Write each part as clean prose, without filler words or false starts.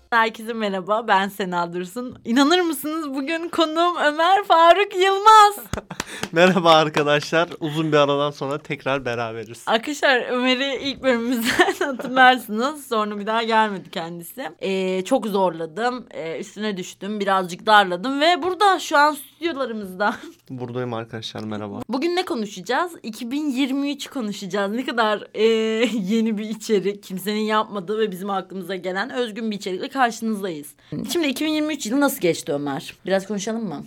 Herkese merhaba, ben Sena Dursun. İnanır mısınız bugün konuğum Ömer Faruk Yılmaz. Merhaba arkadaşlar. Uzun bir aradan sonra tekrar beraberiz. Arkadaşlar Ömer'i ilk bölümümüzden hatırlarsınız. Sonra bir daha gelmedi kendisi. Çok zorladım. Üstüne düştüm. Birazcık darladım ve burada şu an stüdyolarımızda. Buradayım arkadaşlar, merhaba. Bugün ne konuşacağız? 2023 konuşacağız. Ne kadar yeni bir içerik. Kimsenin yapmadığı ve bizim aklımıza gelen özgün bir içerikle karşınızdayız. Şimdi 2023 yılı nasıl geçti Ömer? Biraz konuşalım mı?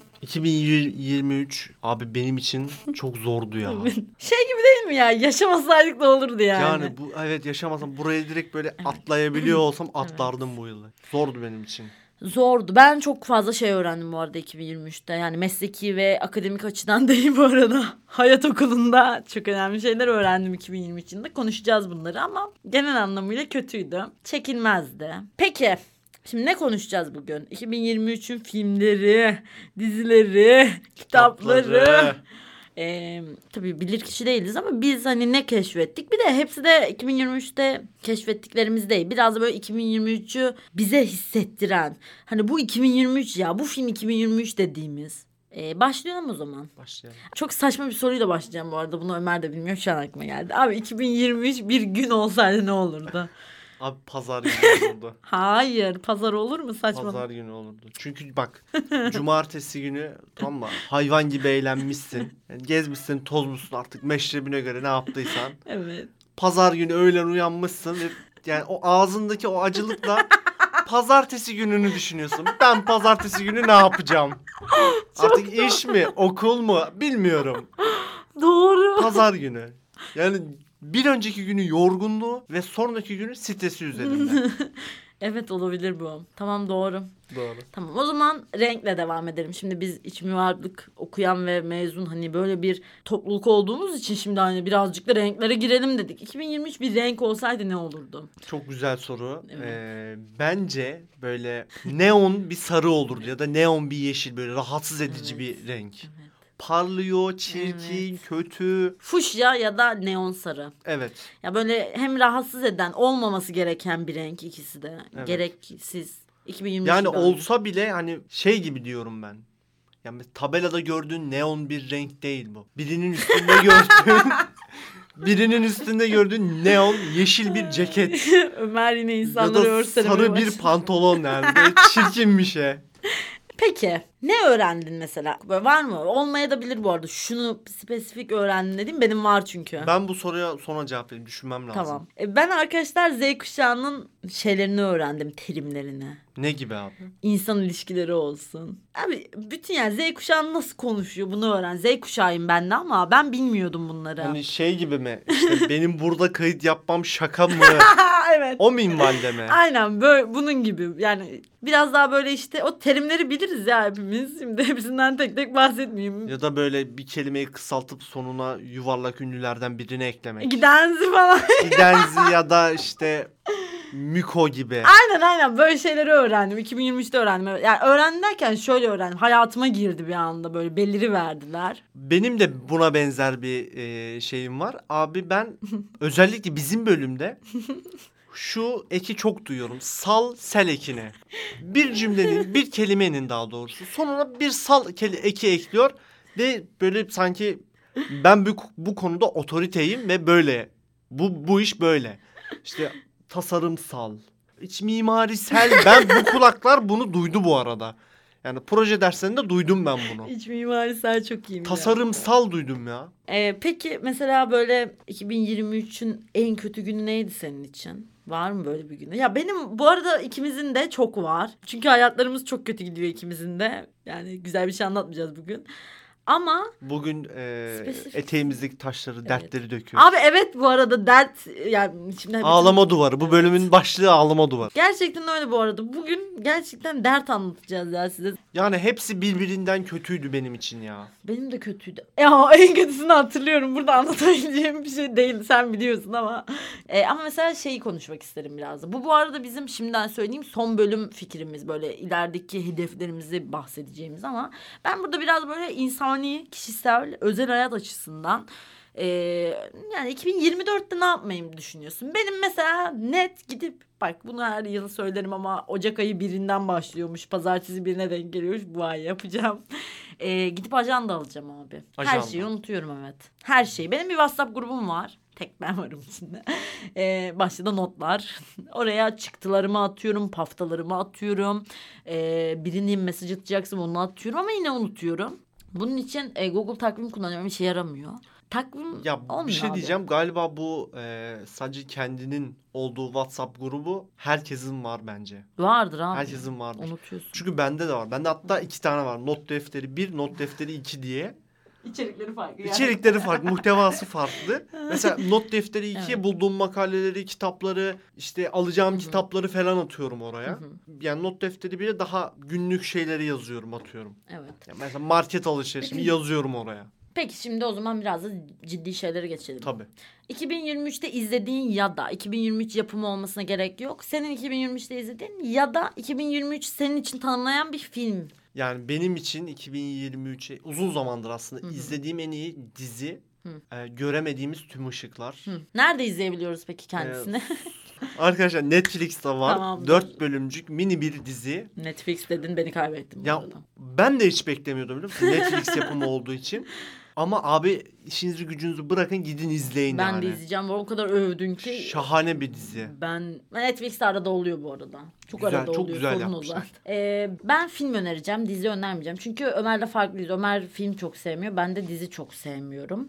2023 abi benim için çok zordu ya. Şey gibi değil mi ya? Yaşamasaydık da olurdu yani. Yani evet, yaşamasam buraya direkt böyle atlayabiliyor olsam atlardım bu yılı. Zordu benim için. Zordu. Ben çok fazla şey öğrendim bu arada 2023'te. Yani mesleki ve akademik açıdan değil bu arada. Hayat okulunda çok önemli şeyler öğrendim 2023 yılında. Konuşacağız bunları ama genel anlamıyla kötüydü. Çekilmezdi. Peki. Şimdi ne konuşacağız bugün? 2023'ün filmleri, dizileri, kitapları. Tabii bilirkişi değiliz ama biz hani ne keşfettik? Bir de hepsi de 2023'te keşfettiklerimiz değil. Biraz da böyle 2023'ü bize hissettiren. Hani bu 2023 ya, bu film 2023 dediğimiz. Başlayalım o zaman. Başlayalım. Çok saçma bir soruyla başlayacağım bu arada. Bunu Ömer de bilmiyor, şu an aklıma geldi. Abi 2023 bir gün olsaydı ne olurdu? Abi pazar günü olurdu. Hayır, pazar olur mu, saçma? Pazar günü olurdu. Çünkü bak cumartesi günü tamam mı, hayvan gibi eğlenmişsin. Yani gezmişsin, tozmuşsun artık meşrebine göre ne yaptıysan. Evet. Pazar günü öğlen uyanmışsın ve yani o ağzındaki o acılıkla pazartesi gününü düşünüyorsun. Ben pazartesi günü ne yapacağım? Artık iş mi, okul mu bilmiyorum. Doğru. Pazar günü. Yani bir önceki günü yorgunluğu ve sonraki günü stresi üzerinde. Evet, olabilir bu. Tamam, doğru. Doğru. Tamam, o zaman renkle devam edelim. Şimdi biz iç mimarlık okuyan ve mezun hani böyle bir topluluk olduğumuz için şimdi hani birazcık da renklere girelim dedik. 2023 bir renk olsaydı ne olurdu? Çok güzel soru. Evet. Bence böyle neon bir sarı olurdu ya da neon bir yeşil, böyle rahatsız edici bir renk. Evet. Parlıyor, çirkin, kötü. Fuşya ya da neon sarı. Evet. Ya böyle hem rahatsız eden, olmaması gereken bir renk ikisi de. Evet. Gereksiz. 2023 Yani gibi olsa bile hani şey gibi diyorum ben. Yani tabelada gördüğün neon bir renk değil bu. Birinin üstünde gördüğün neon yeşil bir ceket. Ömer yine Ya insanları da örselemeye sarı bir başladı. pantolon yani. Böyle çirkin bir şey. Peki ne öğrendin mesela? Böyle var mı? Olmayabilir bu arada. Şunu spesifik öğrendim dediğim benim var çünkü. Ben bu soruya sonra cevap vereyim. Düşünmem lazım. Tamam. Ben arkadaşlar Z kuşağının şeylerini öğrendim, terimlerini. Ne gibi abi? İnsan ilişkileri olsun. Abi bütün yani Z kuşağı nasıl konuşuyor bunu öğren. Z kuşağıyım ben de ama ben bilmiyordum bunları. Hani şey gibi mi? İşte benim burada kayıt yapmam şaka mı? Evet. O minvalde mi? Aynen böyle bunun gibi. Yani biraz daha böyle işte o terimleri biliriz ya hepimiz. Şimdi hepsinden tek tek bahsetmeyeyim. Ya da böyle bir kelimeyi kısaltıp sonuna yuvarlak ünlülerden birini eklemek. Gidenzi falan. Gidenzi ya da işte Miko gibi. Aynen böyle şeyleri öğrendim. 2023'te öğrendim. Yani öğrendim derken şöyle öğrendim. Hayatıma girdi bir anda, böyle beliri verdiler. Benim de buna benzer bir şeyim var. Abi ben özellikle bizim bölümde şu eki çok duyuyorum. Sal sel ekini. Bir cümlenin, bir kelimenin daha doğrusu sonuna bir eki ekliyor ve böyle sanki ben bu konuda otoriteyim ve böyle bu iş böyle. İşte tasarımsal, iç mimarisel. Ben bu kulaklar bunu duydu bu arada. Yani proje derslerinde duydum ben bunu. İç mimarisel çok iyiyim. Tasarımsal duydum ya. Peki mesela böyle 2023'ün en kötü günü neydi senin için? Var mı böyle bir günü? Ya benim bu arada ikimizin de çok var. Çünkü hayatlarımız çok kötü gidiyor ikimizin de. Yani güzel bir şey anlatmayacağız bugün. Ama bugün spesifik. eteğimizdeki taşları, Evet. dertleri döküyoruz. Abi evet, bu arada dert yani şimdi Ağlama duvarı. Bu Evet. bölümün başlığı ağlama duvarı. Gerçekten öyle bu arada. Bugün gerçekten dert anlatacağız ya size. Yani hepsi birbirinden kötüydü benim için ya. Benim de kötüydü. Ya en kötüsünü hatırlıyorum. Burada anlatabileceğim bir şey değil. Sen biliyorsun ama. Ama mesela şeyi konuşmak isterim biraz da. Bu arada bizim şimdiden söyleyeyim son bölüm fikrimiz. Böyle ilerideki hedeflerimizi bahsedeceğimiz ama ben burada biraz böyle insani, kişisel, özel hayat açısından Yani 2024'te ne yapmayı düşünüyorsun? Benim mesela net gidip, bak bunu her yıl söylerim ama Ocak ayı 1'inden başlıyormuş. Pazartesi 1'ine denk geliyormuş. Bu ay yapacağım. Gidip ajanda alacağım abi. Her Ajanda. şeyi unutuyorum, evet. Her şeyi. Benim bir WhatsApp grubum var. Tek ben varım içinde. Başta da notlar. Oraya çıktılarımı atıyorum. Paftalarımı atıyorum. Birinin mesaj atacaksam onu atıyorum ama yine unutuyorum. Bunun için Google takvim kullanıyorum. İşe yaramıyor. Takvim Ya olmuyor bir şey abi. diyeceğim. Galiba bu sadece kendinin olduğu WhatsApp grubu herkesin var bence. Vardır abi. Herkesin vardır. Unutuyorsun. Çünkü bende de var. Bende hatta 2 tane var. Not defteri 1, not defteri 2 diye. İçerikleri farklı. Yani. İçerikleri farklı, muhtevası farklı. Mesela not defteri 2'ye Evet. bulduğum makaleleri, kitapları, işte alacağım kitapları falan atıyorum oraya. Yani not defteri 1'e daha günlük şeyleri yazıyorum, atıyorum. Evet. Yani mesela market alışverişimi yazıyorum oraya. Peki şimdi o zaman biraz da ciddi şeylere geçelim. Tabii. 2023'te izlediğin ya da 2023 yapımı olmasına gerek yok. Senin 2023'te izlediğin ya da 2023 senin için tanımlayan bir film. Yani benim için 2023'e uzun zamandır aslında izlediğim en iyi dizi Göremediğimiz Tüm Işıklar. Nerede izleyebiliyoruz peki kendisini? Arkadaşlar Netflix'te var. Tamamdır. 4 bölümcük mini bir dizi. Netflix dedin, beni kaybettin bu Ya arada. ben de hiç beklemiyordum biliyor musun? Netflix yapımı olduğu için. Ama abi işinizi gücünüzü bırakın gidin izleyin Ben yani. de izleyeceğim. O kadar övdün ki. Şahane bir dizi. Ben Netflix'te arada oluyor bu arada. Çok Güzel, arada çok oluyor. güzel Sorun o yapmışlar. zaten. Ben film önereceğim. Dizi önermeyeceğim. Çünkü Ömer'le farklıyız. Ömer film çok sevmiyor. Ben de dizi çok sevmiyorum.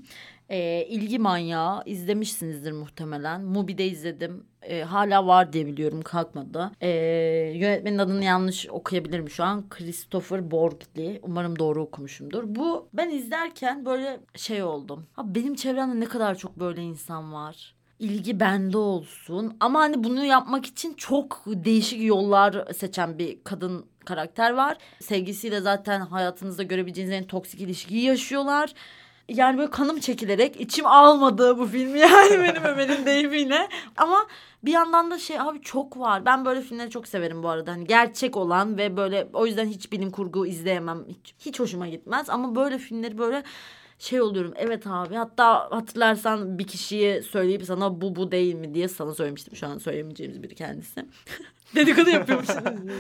İlgi Manyağı izlemişsinizdir muhtemelen. Mubi'de izledim. Hala var diye biliyorum, kalkmadı. Yönetmenin adını yanlış okuyabilirim şu an. Christopher Borgli. Umarım doğru okumuşumdur. Bu, ben izlerken böyle şey oldum. Abi benim çevremde ne kadar çok böyle insan var. İlgi bende olsun. Ama hani bunu yapmak için çok değişik yollar seçen bir kadın karakter var. Sevgisiyle zaten hayatınızda görebileceğiniz en toksik ilişkiyi yaşıyorlar. Yani böyle kanım çekilerek içim almadı bu filmi yani benim Ömer'in deyimiyle. Ama bir yandan da şey abi, çok var. Ben böyle filmleri çok severim bu arada. Hani gerçek olan ve böyle, o yüzden hiç bilim kurgu izleyemem. Hiç hoşuma gitmez. Ama böyle filmleri böyle şey oluyorum. Evet abi, hatta hatırlarsan bir kişiye söyleyip sana bu değil mi diye sana söylemiştim. Şu an söyleyemeyeceğimiz biri kendisi. Dedikodu yapıyormuşum.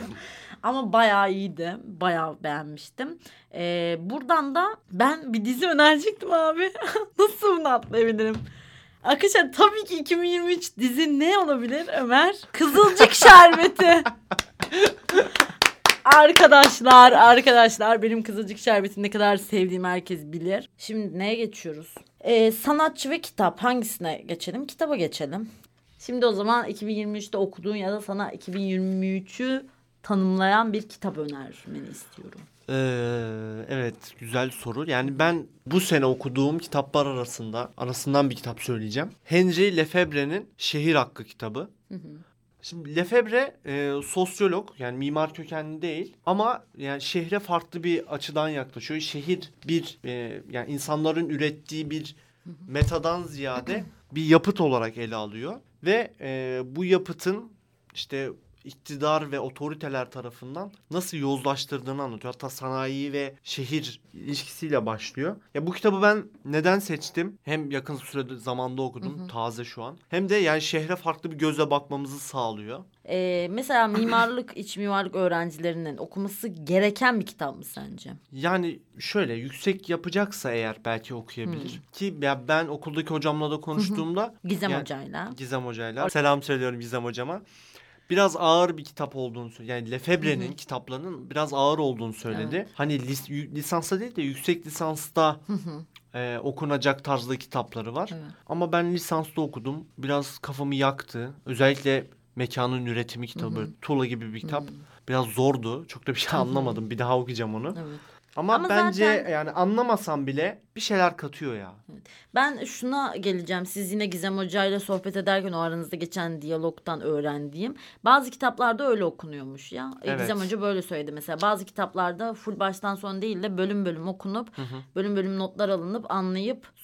Ama bayağı iyiydi. Bayağı beğenmiştim. Buradan da ben bir dizi önerecektim abi. Nasıl bunu atlayabilirim? Arkadaşlar tabii ki 2023 dizi ne olabilir Ömer? Kızılcık Şerbeti. Arkadaşlar benim Kızılcık Şerbeti'ni ne kadar sevdiğimi herkes bilir. Şimdi neye geçiyoruz? Sanatçı ve kitap, hangisine geçelim? Kitaba geçelim. Şimdi o zaman 2023'te okuduğun ya da sana 2023'ü tanımlayan bir kitap önermeni istiyorum. Evet, güzel soru. Yani ben bu sene okuduğum kitaplar arasından bir kitap söyleyeceğim. Henri Lefebvre'nin Şehir Hakkı kitabı. Şimdi Lefebvre sosyolog, yani mimar kökenli değil ama yani şehre farklı bir açıdan yaklaşıyor. Şehir bir yani insanların ürettiği bir metadan ziyade bir yapıt olarak ele alıyor ve bu yapıtın işte iktidar ve otoriteler tarafından nasıl yozlaştırdığını anlatıyor. Hatta sanayi ve şehir ilişkisiyle başlıyor. Ya bu kitabı ben neden seçtim? Hem yakın sürede zamanda okudum, taze şu an. Hem de yani şehre farklı bir gözle bakmamızı sağlıyor. Mesela mimarlık, iç mimarlık öğrencilerinin okuması gereken bir kitap mı sence? Yani şöyle, yüksek yapacaksa eğer belki okuyabilir. Ki ya ben okuldaki hocamla da konuştuğumda Gizem yani, Hoca'yla. Gizem Hoca'yla. Selam söylüyorum Gizem Hocama. Biraz ağır bir kitap olduğunu söyledi. Yani Lefebvre'nin kitaplarının biraz ağır olduğunu söyledi. Evet. Hani lisansta değil de yüksek lisansta okunacak tarzda kitapları var. Evet. Ama ben lisansta okudum. Biraz kafamı yaktı. Özellikle Mekanın Üretimi kitabı. Böyle tuğla gibi bir kitap. Biraz zordu. Çok da bir şey anlamadım. Bir daha okuyacağım onu. Evet. Ama bence zaten yani anlamasam bile bir şeyler katıyor ya. ben şuna geleceğim. Siz yine Gizem Hoca'yla sohbet ederken o aranızda geçen diyalogtan öğrendiğim. Bazı kitaplarda öyle okunuyormuş ya. Evet. Gizem Hoca böyle söyledi mesela. Bazı kitaplarda full baştan sona değil de bölüm bölüm okunup bölüm bölüm notlar alınıp anlayıp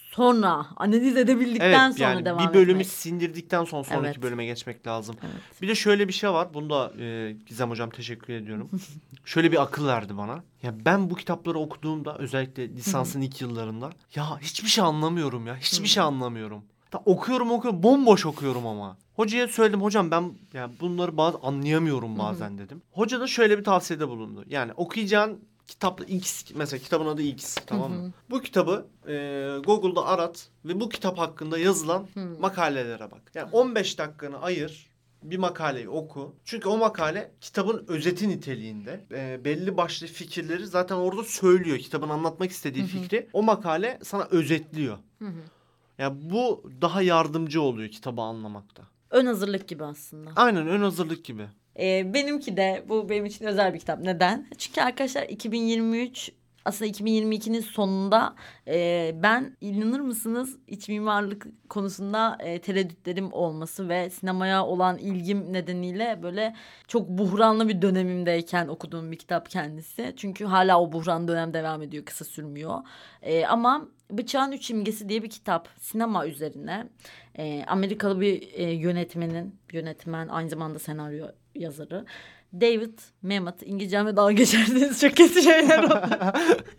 sonra analiz edebildikten sonra yani devam bir bölümü etmek. sindirdikten sonra sonraki Evet. bölüme geçmek lazım. Evet. Bir de şöyle bir şey var. Bunu da Gizem hocam teşekkür ediyorum. Şöyle bir akıl verdi bana. Ya ben bu kitapları okuduğumda özellikle lisansın ilk yıllarında ya hiçbir şey anlamıyorum ya. Hiçbir şey anlamıyorum. Okuyorum bomboş okuyorum ama. Hocaya söyledim hocam ben yani bunları anlayamıyorum bazen dedim. Hoca da şöyle bir tavsiyede bulundu. Yani okuyacağın kitapla X mesela kitabın adı X tamam mı? Bu kitabı Google'da arat ve bu kitap hakkında yazılan makalelere bak. Yani 15 dakikanı ayır. Bir makaleyi oku. Çünkü o makale kitabın özeti niteliğinde. Belli başlı fikirleri zaten orada söylüyor. Kitabın anlatmak istediği fikri. O makale sana özetliyor. Yani bu daha yardımcı oluyor kitabı anlamakta. Ön hazırlık gibi aslında. Aynen ön hazırlık gibi. Benimki de bu benim için özel bir kitap. Neden? Çünkü arkadaşlar 2023 aslında 2022'nin sonunda ben inanır mısınız iç mimarlık konusunda tereddütlerim olması ve sinemaya olan ilgim nedeniyle böyle çok buhranlı bir dönemimdeyken okuduğum bir kitap kendisi. Çünkü hala o buhran dönem devam ediyor, kısa sürmüyor. Ama Bıçağın Üç İmgesi diye bir kitap, sinema üzerine. Amerikalı bir yönetmen aynı zamanda senaryo yazarı David Mamet. İngilizcemle dalga geçerseniz çok kötü şeyler olur.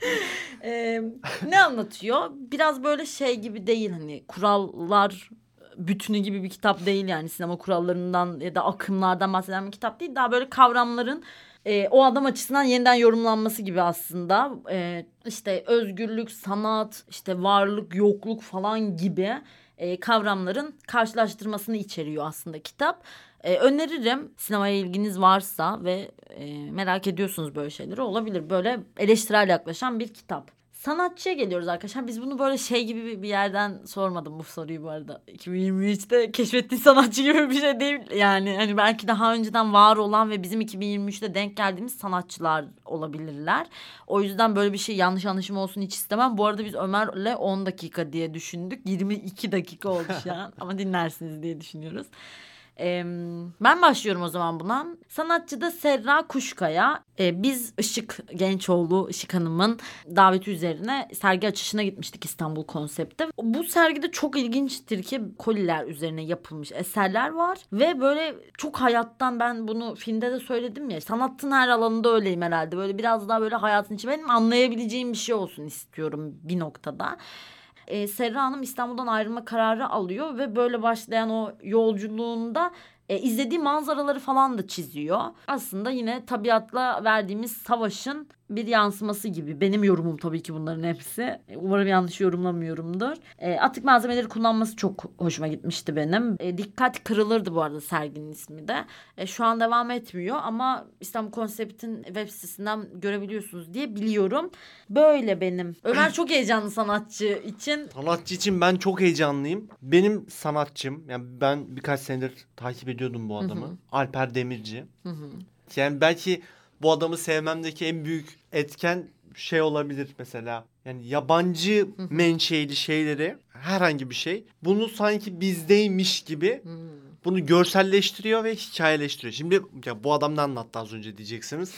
Ne anlatıyor? Biraz böyle şey gibi değil, hani kurallar bütünü gibi bir kitap değil, yani sinema kurallarından ya da akımlardan bahseden bir kitap değil. Daha böyle kavramların o adam açısından yeniden yorumlanması gibi aslında. İşte özgürlük, sanat, işte varlık, yokluk falan gibi kavramların karşılaştırmasını içeriyor aslında kitap. Öneririm, sinemaya ilginiz varsa ve merak ediyorsunuz böyle şeyleri, olabilir. Böyle eleştirel yaklaşan bir kitap. Sanatçıya geliyoruz arkadaşlar. Biz bunu böyle şey gibi bir yerden sormadım bu soruyu bu arada. 2023'te keşfettiğin sanatçı gibi bir şey değil. Yani hani belki daha önceden var olan ve bizim 2023'te denk geldiğimiz sanatçılar olabilirler. O yüzden böyle bir şey yanlış anlaşılma olsun hiç istemem. Bu arada biz Ömer'le 10 dakika diye düşündük. 22 dakika oldu şu an ama dinlersiniz diye düşünüyoruz. Ben başlıyorum o zaman buna. Sanatçı da Serra Kuşkaya. Biz Işık Gençoğlu, Işık Hanım'ın daveti üzerine sergi açışına gitmiştik İstanbul Konsept'te. Bu sergide çok ilginçtir ki koliler üzerine yapılmış eserler var. Ve böyle çok hayattan, ben bunu filmde de söyledim ya, sanatın her alanında öyleyim herhalde. Böyle biraz daha böyle hayatın içi benim anlayabileceğim bir şey olsun istiyorum bir noktada. Serra Hanım İstanbul'dan ayrılma kararı alıyor ve böyle başlayan o yolculuğunda izlediği manzaraları falan da çiziyor. Aslında yine tabiatla verdiğimiz savaşın bir yansıması gibi. Benim yorumum tabii ki bunların hepsi. Umarım yanlış yorumlamıyorumdur. Atık malzemeleri kullanması çok hoşuma gitmişti benim. Dikkat kırılırdı bu arada serginin ismi de. Şu an devam etmiyor ama İstanbul Konsept'in web sitesinden görebiliyorsunuz diye biliyorum. Böyle benim. Ömer çok heyecanlı sanatçı için. Sanatçı için ben çok heyecanlıyım. Benim sanatçım, yani ben birkaç senedir takip ediyordum bu adamı. Alper Demirci. Yani belki bu adamı sevmemdeki en büyük etken şey olabilir mesela. Yani yabancı menşeli şeyleri, herhangi bir şey, bunu sanki bizdeymiş gibi bunu görselleştiriyor ve hikayeleştiriyor. Şimdi ya bu adam ne anlattı az önce diyeceksiniz.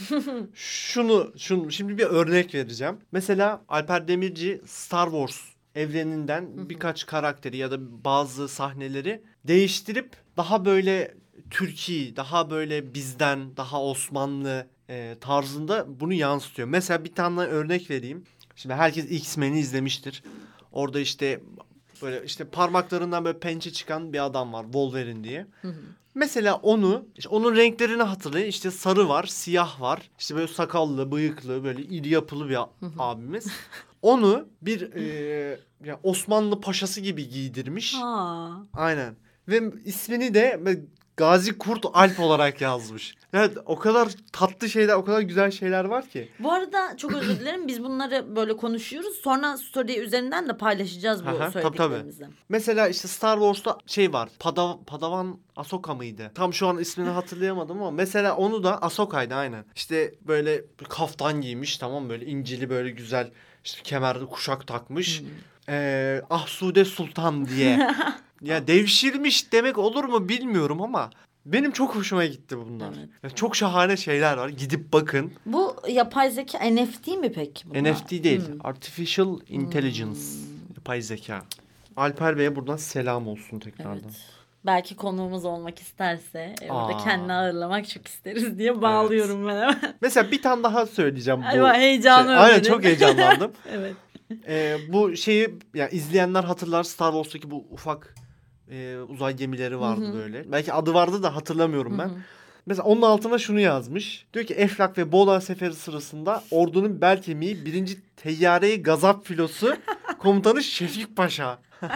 şunu şimdi bir örnek vereceğim. Mesela Alper Demirci Star Wars evreninden birkaç karakteri ya da bazı sahneleri değiştirip daha böyle Türkiye, daha böyle bizden, daha Osmanlı tarzında bunu yansıtıyor. Mesela bir tane örnek vereyim. Şimdi herkes X-Men'i izlemiştir. Orada işte böyle işte parmaklarından böyle pençe çıkan bir adam var, Wolverine diye. Mesela onun renklerini hatırlayın. İşte sarı var, siyah var. İşte böyle sakallı, bıyıklı, böyle iri yapılı bir abimiz. Onu bir ya Osmanlı paşası gibi giydirmiş. Aynen. Ve ismini de Gazi Kurt Alp olarak yazmış. Evet, o kadar tatlı şeyler, o kadar güzel şeyler var ki. Bu arada çok özür dilerim. Biz bunları böyle konuşuyoruz. Sonra story üzerinden de paylaşacağız bu söylediklerimizi. Tabii. Mesela işte Star Wars'ta şey var. Padawan Ahsoka mıydı? Tam şu an ismini hatırlayamadım ama mesela onu da Ahsoka'ydı aynen. İşte böyle bir kaftan giymiş, tamam, böyle incili, böyle güzel, işte kemerli kuşak takmış. Ahsude Sultan diye. Ya devşirmiş demek olur mu bilmiyorum ama benim çok hoşuma gitti bunlar. Evet. Ya çok şahane şeyler var. Gidip bakın. Bu yapay zeka NFT mi peki? NFT değil. Artificial Intelligence. Yapay zeka. Alper Bey'e buradan selam olsun tekrardan. Evet. Belki konuğumuz olmak isterse orada Aa. kendini ağırlamak çok isteriz diye bağlıyorum ben hemen. Mesela bir tane daha söyleyeceğim bu. Ay, heyecanı Aynen, öyle. çok heyecanlandım. Evet. Bu şeyi yani izleyenler hatırlar, Star Wars'taki bu ufak uzay gemileri vardı böyle. Belki adı vardı da hatırlamıyorum ben. Mesela onun altına şunu yazmış. Diyor ki Eflak ve Bola seferi sırasında ordunun bel kemiği 1. Teyyare-i Gazap filosu komutanı Şefik Paşa.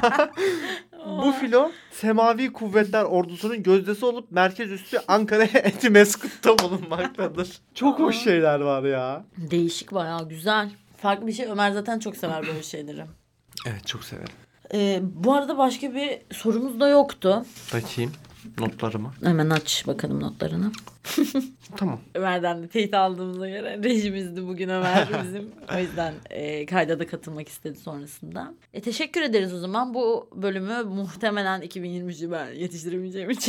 Bu filo Semavi Kuvvetler Ordusu'nun gözdesi olup merkez üssü Ankara Etimeskut'ta bulunmaktadır. Çok hoş şeyler var ya. Değişik, bayağı güzel. Farklı bir şey. Ömer zaten çok sever böyle şeyleri. Evet, çok severim. Bu arada başka bir sorumuz da yoktu. Bakayım notlarıma. Hemen aç bakalım notlarını. Tamam. Ömer'den de teyit aldığımıza göre rejimizdi bugün Ömer bizim. O yüzden kayda da katılmak istedi sonrasında. Teşekkür ederiz o zaman. Bu bölümü muhtemelen 2023'ü ben yetiştiremeyeceğim için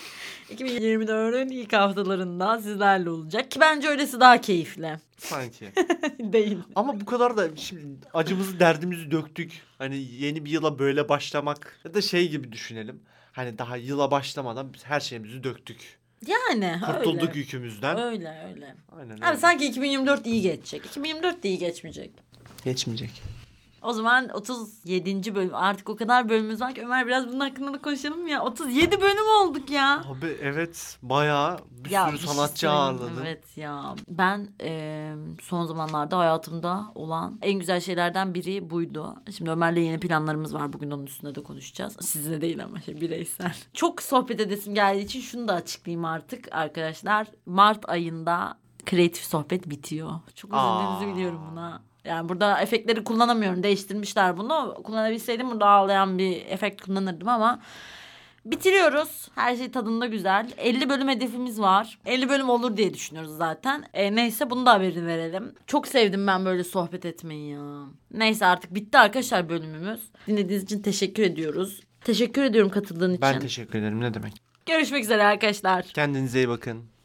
2024'ün ilk haftalarında sizlerle olacak. Ki bence öylesi daha keyifli. Sanki. Değil. Ama bu kadar da şimdi acımızı derdimizi döktük. Hani yeni bir yıla böyle başlamak ya da şey gibi düşünelim. Hani daha yıla başlamadan biz her şeyimizi döktük. Yani Kurtulduk öyle. yükümüzden. Öyle. Aynen Abi öyle. sanki 2024 iyi geçecek. 2024 de iyi geçmeyecek. Geçmeyecek. O zaman 37. bölüm. Artık o kadar bölümümüz var ki Ömer biraz bunun hakkında da konuşalım mı ya? 37 bölüm olduk ya. Abi evet, bayağı bir Ya, sürü bir şey sanatçı söyleyeyim. ağırladın. Evet ya. Ben son zamanlarda hayatımda olan en güzel şeylerden biri buydu. Şimdi Ömer'le yeni planlarımız var. Bugün onun üstünde de konuşacağız. Sizinle değil ama bireysel. Çok sohbet edesim geldiği için şunu da açıklayayım artık arkadaşlar. Mart ayında kreatif sohbet bitiyor. Çok üzüldüğünüzü biliyorum buna. Yani burada efektleri kullanamıyorum. Değiştirmişler bunu. Kullanabilseydim burada ağlayan bir efekt kullanırdım ama bitiriyoruz. Her şey tadında güzel. 50 bölüm hedefimiz var. 50 bölüm olur diye düşünüyoruz zaten. Neyse, bunu da haberini verelim. Çok sevdim ben böyle sohbet etmeyi ya. Neyse, artık bitti arkadaşlar bölümümüz. Dinlediğiniz için teşekkür ediyoruz. Teşekkür ediyorum katıldığın için. Ben teşekkür ederim, ne demek. Görüşmek üzere arkadaşlar. Kendinize iyi bakın.